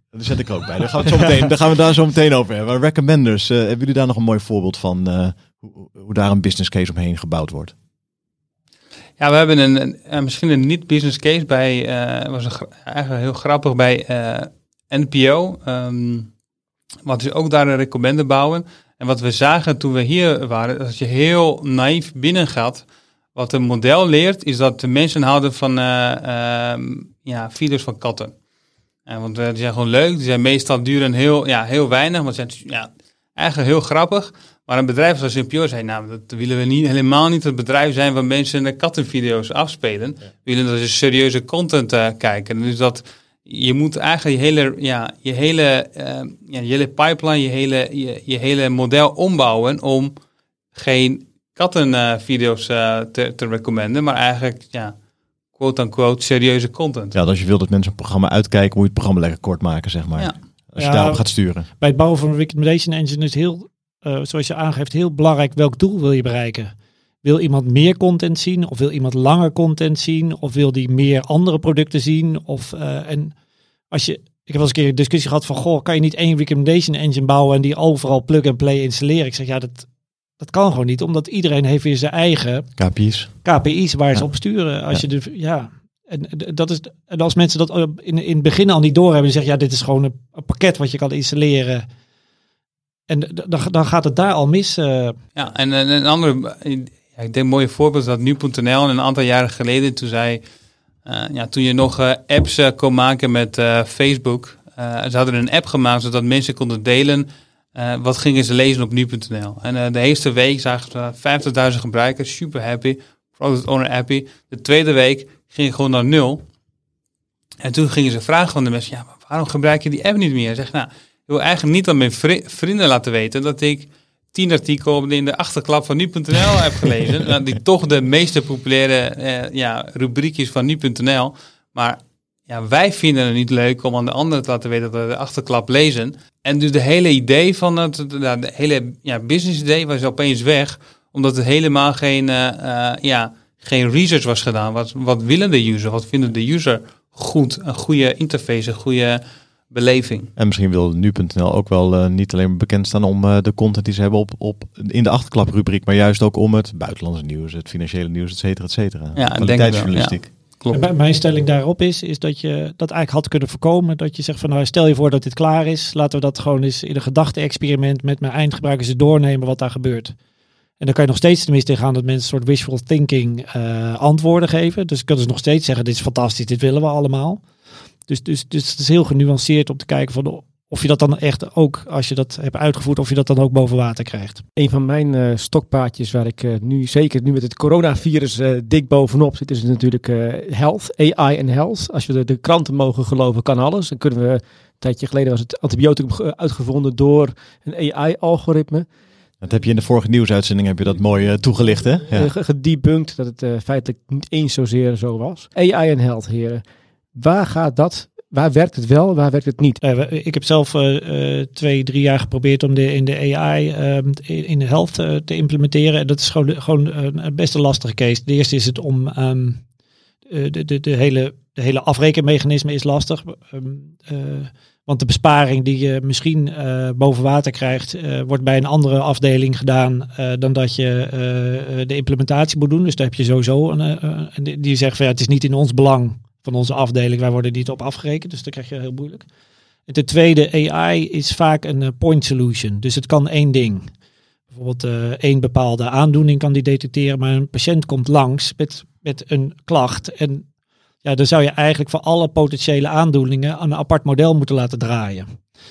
Daar zet ik ook bij. Daar gaan we het zo meteen, daar gaan we daar zo meteen over hebben. Recommenders, uh, hebben jullie daar nog een mooi voorbeeld van uh, hoe, hoe daar een business case omheen gebouwd wordt? Ja, we hebben een, een, een misschien een niet-business case bij, uh, was een, eigenlijk heel grappig bij uh, N P O. Um, wat is ook daar een recommender bouwen. En wat we zagen toen we hier waren, dat als je heel naïef binnen gaat, wat een model leert, is dat de mensen houden van uh, uh, ja, video's van katten. Uh, want uh, die zijn gewoon leuk, die zijn meestal duren heel, ja, heel weinig, maar zijn ja, eigenlijk heel grappig. Maar een bedrijf zoals N P O zei, nou, dat willen we niet, helemaal niet het bedrijf zijn waar mensen de kattenvideo's afspelen. Ja. We willen dat ze serieuze content uh, kijken. Dus dat je moet eigenlijk je hele, ja, je hele, uh, ja, je hele pipeline, je hele, je, je hele model ombouwen om geen kattenvideo's uh, te, te recommenden, maar eigenlijk, ja, quote-unquote, serieuze content. Ja, als je wil dat mensen een programma uitkijken, moet je het programma lekker kort maken, zeg maar. Ja. Als je ja, daarop gaat sturen. Bij het bouwen van een recommendation engine is heel, uh, zoals je aangeeft, heel belangrijk welk doel wil je bereiken. Wil iemand meer content zien? Of wil iemand langer content zien? Of wil die meer andere producten zien? Of, uh, en als je, ik heb wel eens een keer een discussie gehad van, goh, kan je niet één recommendation engine bouwen en die overal plug-and-play installeren? Ik zeg, ja, dat, dat kan gewoon niet, omdat iedereen heeft weer zijn eigen K P I's, K P I's waar ja. ze op sturen. Als ja. je de, ja, en dat is, en als mensen dat in, in het begin al niet doorhebben en zeggen, ja, dit is gewoon een, een pakket wat je kan installeren. En dan, dan gaat het daar al mis. Uh. Ja, en een, een andere, ja, ik denk een mooi voorbeeld dat nu punt n l een aantal jaren geleden, toen zei, uh, ja, toen je nog uh, apps uh, kon maken met uh, Facebook, uh, ze hadden een app gemaakt zodat mensen konden delen, uh, wat gingen ze lezen op nu punt n l. En uh, de eerste week zagen ze vijftigduizend gebruikers, super happy, product owner happy. De tweede week ging het gewoon naar nul. En toen gingen ze vragen van de mensen, ja, maar waarom gebruik je die app niet meer? Zeg, nou, ik wil eigenlijk niet aan mijn vri- vrienden laten weten dat ik tien artikelen in de achterklap van nu punt n l heb gelezen. Die toch de meest populaire eh, ja, rubriek is van nu punt n l. Maar ja, wij vinden het niet leuk om aan de anderen te laten weten dat we de achterklap lezen. En dus de hele idee van het, de, de hele ja, business idee was opeens weg. Omdat het helemaal geen, uh, uh, ja, geen research was gedaan. Wat, wat willen de user? Wat vinden de user goed? Een goede interface, een goede beleving. En misschien wil nu punt n l ook wel uh, niet alleen bekend staan om uh, de content die ze hebben op, op in de achterklaprubriek, maar juist ook om het buitenlandse nieuws, het financiële nieuws, et cetera, et cetera. Ja, kwaliteitsjournalistiek. Ja, klopt. En mijn stelling daarop is, is dat je dat eigenlijk had kunnen voorkomen. Dat je zegt van, nou, stel je voor dat dit klaar is. Laten we dat gewoon eens in een gedachte-experiment met mijn eindgebruikers doornemen wat daar gebeurt. En dan kan je nog steeds tenminste gaan dat mensen een soort wishful thinking uh, antwoorden geven. Dus kunnen ze nog steeds zeggen, dit is fantastisch, dit willen we allemaal. Dus, dus, dus het is heel genuanceerd om te kijken van of je dat dan echt ook, als je dat hebt uitgevoerd, of je dat dan ook boven water krijgt. Een van mijn uh, stokpaardjes waar ik uh, nu, zeker nu met het coronavirus, uh, dik bovenop zit, is natuurlijk uh, health, A I en health. Als we de, de kranten mogen geloven, kan alles. Dan kunnen we, een tijdje geleden was het antibioticum uitgevonden door een A I-algoritme. Dat heb je in de vorige nieuwsuitzending heb je dat mooi uh, toegelicht, hè? Ja. Uh, gedebunked dat het uh, feitelijk niet eens zozeer zo was. A I en health, heren. Waar gaat dat? Waar werkt het wel? Waar werkt het niet? Uh, ik heb zelf uh, uh, twee, drie jaar geprobeerd om de, in de A I uh, in, in de health uh, te implementeren. En dat is gewoon, gewoon uh, een best een lastige case. De eerste is het om um, uh, de, de, de, hele, de hele afrekenmechanisme is lastig. Um, uh, want de besparing die je misschien uh, boven water krijgt, uh, wordt bij een andere afdeling gedaan uh, dan dat je uh, de implementatie moet doen. Dus daar heb je sowieso een, uh, die, die zegt van ja, het is niet in ons belang van onze afdeling, wij worden niet op afgerekend, dus dat krijg je heel moeilijk. En ten tweede, A I is vaak een uh, point solution, dus het kan één ding. Bijvoorbeeld uh, één bepaalde aandoening kan die detecteren, maar een patiënt komt langs met, met een klacht en ja, dan zou je eigenlijk voor alle potentiële aandoeningen een apart model moeten laten draaien.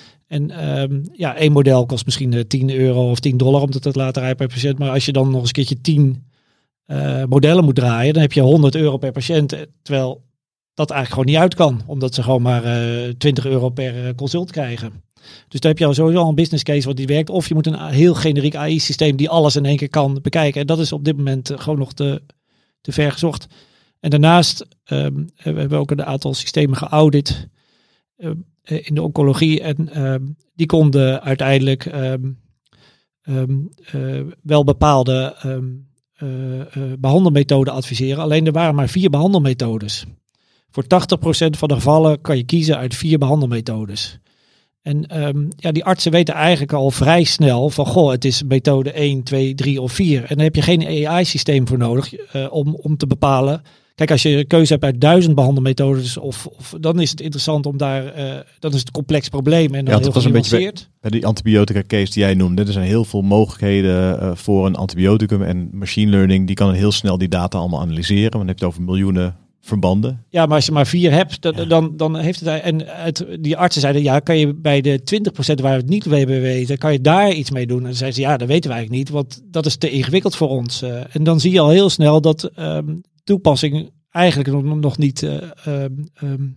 En um, ja, één model kost misschien uh, tien euro of tien dollar om dat te laten draaien per patiënt, maar als je dan nog eens een keertje tien uh, modellen moet draaien, dan heb je honderd euro per patiënt, terwijl dat eigenlijk gewoon niet uit kan, omdat ze gewoon maar uh, twintig euro per uh, consult krijgen. Dus daar heb je al sowieso al een business case wat die werkt. Of je moet een heel generiek A I-systeem die alles in één keer kan bekijken. En dat is op dit moment uh, gewoon nog te, te ver gezocht. En daarnaast um, we hebben we ook een aantal systemen geaudit uh, in de oncologie. En um, die konden uiteindelijk um, um, uh, wel bepaalde um, uh, uh, behandelmethoden adviseren. Alleen er waren maar vier behandelmethodes. Voor tachtig procent van de gevallen kan je kiezen uit vier behandelmethodes. En um, ja, die artsen weten eigenlijk al vrij snel van, goh, het is methode één, twee, drie of vier. En daar heb je geen A I-systeem voor nodig uh, om, om te bepalen. Kijk, als je een keuze hebt uit duizend behandelmethodes, of, of, dan is het interessant om daar, uh, dan is het een complex probleem en dan ja, heel dat was een beetje bij, bij die antibiotica case die jij noemde. Er zijn heel veel mogelijkheden uh, voor een antibioticum en machine learning. Die kan heel snel die data allemaal analyseren. Want dan heb je het over miljoenen verbanden. Ja, maar als je maar vier hebt, dan, ja. dan, dan heeft het... En het, die artsen zeiden, ja, kan je bij de twintig procent waar we het niet hebben weten, kan je daar iets mee doen? En dan zeiden ze, ja, dat weten we eigenlijk niet, want dat is te ingewikkeld voor ons. Uh, en dan zie je al heel snel dat um, toepassing eigenlijk nog, nog niet uh, um, um,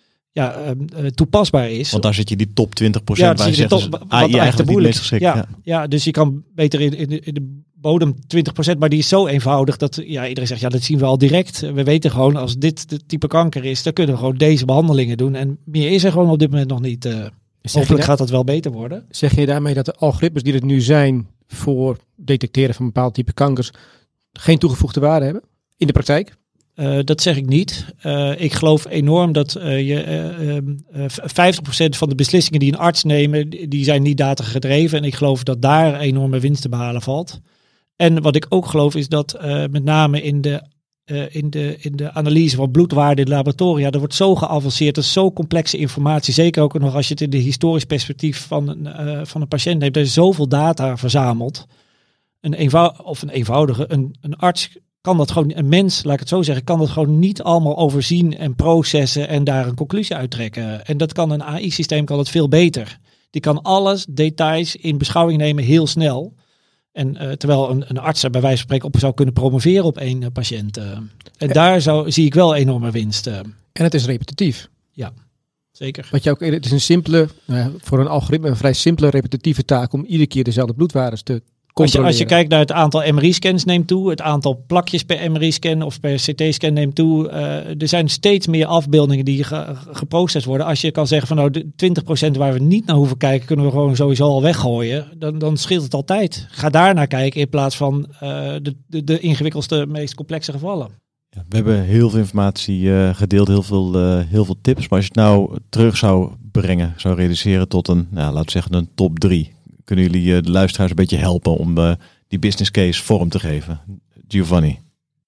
ja, um, uh, toepasbaar is. Want daar zit je die top twintig procent ja, bij, zeggen ze, A I eigenlijk niet meest geschikt. Ja, ja. ja, dus je kan beter in, in, de, in de bodem twintig procent, maar die is zo eenvoudig dat ja, iedereen zegt, ja, dat zien we al direct. We weten gewoon, als dit de type kanker is, dan kunnen we gewoon deze behandelingen doen. En meer is er gewoon op dit moment nog niet. Uh, hopelijk gaat dat wel beter worden. Zeg je daarmee dat de algoritmes die er nu zijn voor detecteren van bepaald type kankers geen toegevoegde waarde hebben in de praktijk? Uh, dat zeg ik niet. Uh, ik geloof enorm dat uh, je uh, uh, vijftig procent van de beslissingen die een arts nemen, die zijn niet data gedreven. En ik geloof dat daar enorme winst te behalen valt. En wat ik ook geloof is dat uh, met name in de, uh, in, de, in de analyse van bloedwaarden in de laboratoria, dat wordt zo geavanceerd, dat is zo complexe informatie. Zeker ook nog als je het in de historisch perspectief van een, uh, van een patiënt neemt. Er is zoveel data verzameld. Een eenvou- of een eenvoudige, een, een arts kan dat gewoon, een mens, laat ik het zo zeggen, kan dat gewoon niet allemaal overzien en processen en daar een conclusie uit trekken. En dat kan een A I-systeem kan dat veel beter. Die kan alles, details in beschouwing nemen heel snel. En uh, terwijl een, een arts er bij wijze van spreken op zou kunnen promoveren op één uh, patiënt. Uh. En ja. daar zou, zie ik wel enorme winst. Uh. En het is repetitief. Ja, zeker. Wat je ook, het is een simpele, uh, voor een algoritme een vrij simpele repetitieve taak om iedere keer dezelfde bloedwaardes te Als je, als je kijkt naar het aantal M R I-scans neemt toe, het aantal plakjes per M R I-scan of per C T-scan neemt toe. Uh, er zijn steeds meer afbeeldingen die ge, geprocessed worden. Als je kan zeggen van nou de twintig procent waar we niet naar hoeven kijken, kunnen we gewoon sowieso al weggooien. Dan, dan scheelt het altijd. Ga daar naar kijken in plaats van uh, de, de, de ingewikkeldste, meest complexe gevallen. Ja, we hebben heel veel informatie uh, gedeeld, heel veel, uh, heel veel tips. Maar als je het nou terug zou brengen, zou reduceren tot een, nou, laten we zeggen een top drie. Kunnen jullie uh, de luisteraars een beetje helpen om uh, die business case vorm te geven? Giovanni?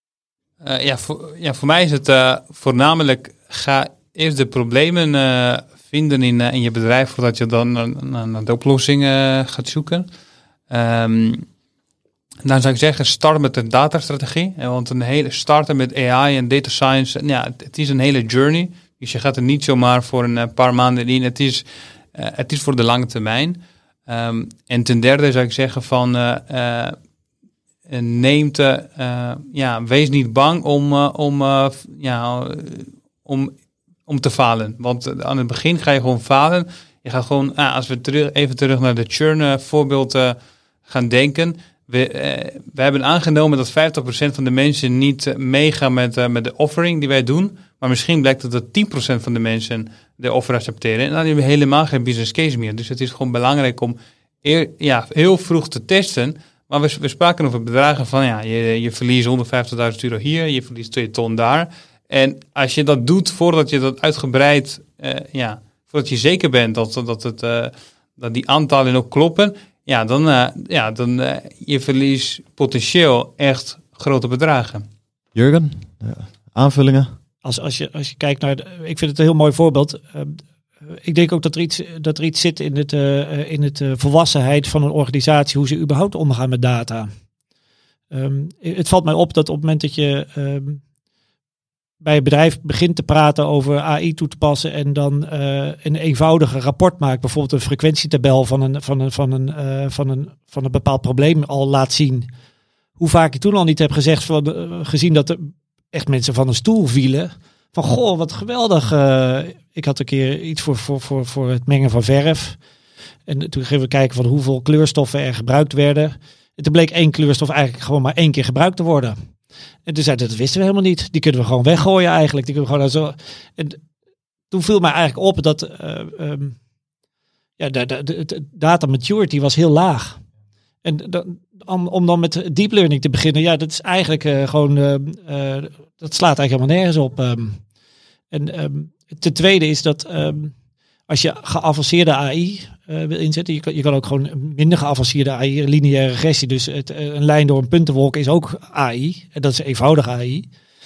Uh, ja, voor, ja, voor mij is het uh, voornamelijk, ga eerst de problemen uh, vinden in, uh, in je bedrijf voordat je dan naar, naar de oplossing uh, gaat zoeken. Um, dan zou ik zeggen, start met een datastrategie. Uh, want een hele starten met A I en data science, ja, het, het is een hele journey. Dus je gaat er niet zomaar voor een uh, paar maanden in. Het is, uh, het is voor de lange termijn. Um, en ten derde zou ik zeggen van uh, uh, neem te, uh, ja, wees niet bang om, uh, om, uh, ja, uh, om, om te falen. Want uh, aan het begin ga je gewoon falen. Je gaat gewoon, uh, als we terug, even terug naar de churn uh, voorbeeld uh, gaan denken. We, uh, we hebben aangenomen dat vijftig procent van de mensen niet uh, meegaan met, uh, met de offering die wij doen. Maar misschien blijkt dat dat tien procent van de mensen de offer accepteren. En dan hebben we helemaal geen business case meer. Dus het is gewoon belangrijk om eer, ja, heel vroeg te testen. Maar we, we spraken over bedragen van ja, je, je verliest honderdvijftigduizend euro hier, je verliest twee ton daar. En als je dat doet voordat je dat uitgebreid, uh, ja, voordat je zeker bent dat, dat, het, uh, dat die aantallen ook kloppen, ja, dan, uh, ja, dan uh, je verliest potentieel echt grote bedragen. Jurgen, ja, aanvullingen? Als, als, je, als je kijkt naar, de, ik vind het een heel mooi voorbeeld. Uh, ik denk ook dat er iets, dat er iets zit in het, uh, in het uh, volwassenheid van een organisatie, hoe ze überhaupt omgaan met data. Um, het valt mij op dat op het moment dat je um, bij een bedrijf begint te praten over A I toe te passen en dan uh, een eenvoudige rapport maakt, bijvoorbeeld een frequentietabel van een, van een, van een, uh, van een, van een bepaald probleem al laat zien. Hoe vaak ik toen al niet heb gezegd, van, uh, gezien dat er echt mensen van een stoel vielen. Van goh, wat geweldig. Uh, ik had een keer iets voor, voor, voor, voor het mengen van verf. En toen gingen we kijken van hoeveel kleurstoffen er gebruikt werden. En toen bleek één kleurstof eigenlijk gewoon maar één keer gebruikt te worden. En toen zeiden we, dat wisten we helemaal niet. Die kunnen we gewoon weggooien eigenlijk. Die kunnen we gewoon zo. En toen viel mij eigenlijk op dat uh, um, ja, de, de, de data maturity was heel laag. En dan, om, om dan met deep learning te beginnen, ja, dat is eigenlijk uh, gewoon, uh, uh, dat slaat eigenlijk helemaal nergens op. Um, en um, ten tweede is dat, um, als je geavanceerde A I uh, wil inzetten, je kan, je kan ook gewoon minder geavanceerde A I, lineaire regressie. Dus het, een lijn door een puntenwolk is ook A I. En dat is eenvoudig A I.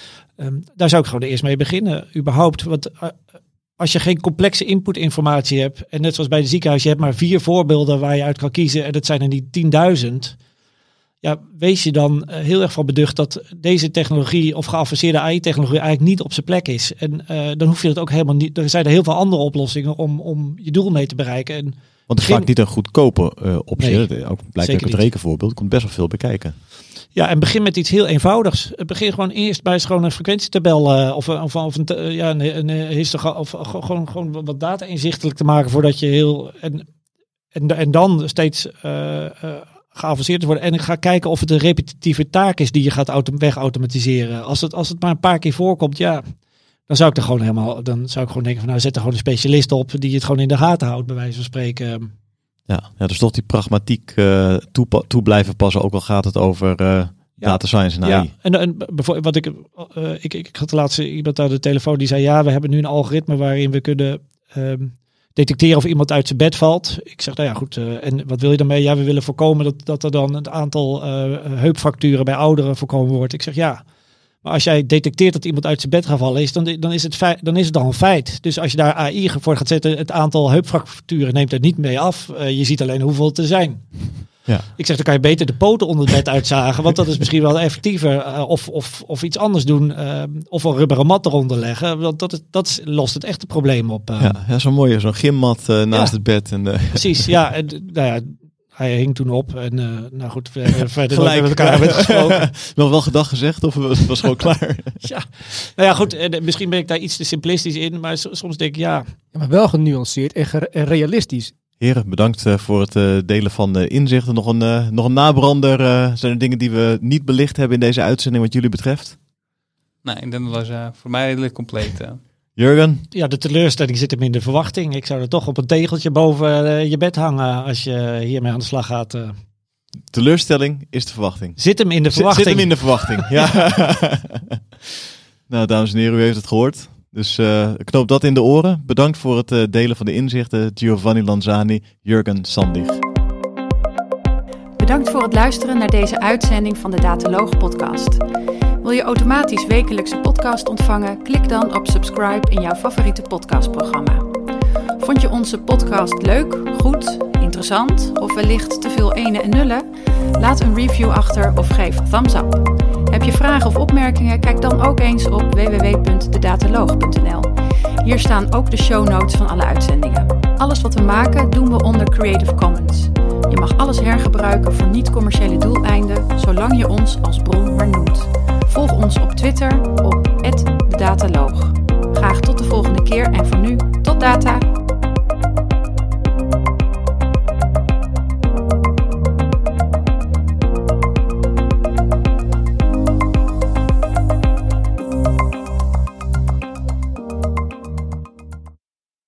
Um, daar zou ik gewoon eerst mee beginnen, überhaupt. Want uh, als je geen complexe inputinformatie hebt, en net zoals bij de ziekenhuis, je hebt maar vier voorbeelden waar je uit kan kiezen, en dat zijn er niet tienduizend. Ja, wees je dan uh, heel erg van beducht dat deze technologie of geavanceerde A I-technologie eigenlijk niet op zijn plek is. En uh, dan hoef je dat ook helemaal niet. Er zijn er heel veel andere oplossingen om, om je doel mee te bereiken. En Want het is vaak niet een goedkope uh, optie. Nee, ook blijkt uit het niet. rekenvoorbeeld. Er komt best wel veel bekijken. Ja, en begin met iets heel eenvoudigs. Begin gewoon eerst bij gewoon een frequentietabel uh, of, of, of een, uh, ja, een, een histogra- of uh, gewoon, gewoon wat data inzichtelijk te maken voordat je heel en en, en dan steeds uh, uh, geavanceerd te worden. En ik ga kijken of het een repetitieve taak is die je gaat autom- wegautomatiseren. Als het, als het maar een paar keer voorkomt, ja, dan zou ik er gewoon helemaal, dan zou ik gewoon denken van nou, zet er gewoon een specialist op die het gewoon in de gaten houdt, bij wijze van spreken. Ja, ja, dus toch die pragmatiek uh, toe, toe blijven passen, ook al gaat het over uh, ja. data science en A I. Ja, en, en bijvoorbeeld wat ik, uh, ik, ik had de laatste iemand aan de telefoon die zei, ja, we hebben nu een algoritme waarin we kunnen um, detecteren of iemand uit zijn bed valt. Ik zeg, nou ja, goed, uh, en wat wil je daarmee? Ja, we willen voorkomen dat, dat er dan een aantal uh, heupfracturen bij ouderen voorkomen wordt. Ik zeg, ja, maar als jij detecteert dat iemand uit zijn bed gevallen is, dan, dan, is het feit, dan is het al een feit. Dus als je daar A I voor gaat zetten, het aantal heupfracturen neemt er niet mee af. Uh, je ziet alleen hoeveel het er zijn. Ja. Ik zeg, dan kan je beter de poten onder het bed uitzagen, want dat is misschien wel effectiever. Uh, of, of, of iets anders doen, uh, of een rubberen mat eronder leggen. Want dat, is, dat is, lost het echte probleem op. Uh. Ja, ja, zo'n mooie, zo'n gymmat uh, naast ja. het bed. En, uh, Precies, ja. En, nou ja, hij hing toen op en uh, nou goed, we hebben verder gelijk met elkaar hebben gesproken. Nog wel gedag gezegd of was het gewoon klaar? Ja, nou ja goed, en misschien ben ik daar iets te simplistisch in, maar soms denk ik ja. ja maar wel genuanceerd en, ge- en realistisch. Heren, bedankt uh, voor het uh, delen van de inzichten. Nog een, uh, nog een nabrander. Uh, zijn er dingen die we niet belicht hebben in deze uitzending wat jullie betreft? Nee, ik denk dat was uh, voor mij redelijk compleet. Uh. Jurgen? Ja, de teleurstelling zit hem in de verwachting. Ik zou er toch op een tegeltje boven uh, je bed hangen als je hiermee aan de slag gaat. Uh. Teleurstelling is de verwachting. Zit hem in de verwachting. Zit, zit hem in de verwachting, ja. Nou, dames en heren, u heeft het gehoord. Dus uh, knoop dat in de oren. Bedankt voor het uh, delen van de inzichten. Giovanni Lanzani, Jurgen Sandig. Bedankt voor het luisteren naar deze uitzending van de Dataloog podcast. Wil je automatisch wekelijkse podcast ontvangen? Klik dan op subscribe in jouw favoriete podcastprogramma. Vond je onze podcast leuk, goed, interessant of wellicht te veel enen en nullen? Laat een review achter of geef thumbs up. Heb je vragen of opmerkingen? Kijk dan ook eens op w w w punt de dataloog punt n l. Hier staan ook de show notes van alle uitzendingen. Alles wat we maken doen we onder Creative Commons. Je mag alles hergebruiken voor niet-commerciële doeleinden, zolang je ons als bron maar noemt. Volg ons op Twitter op at de dataloog. Graag tot de volgende keer en voor nu, tot data!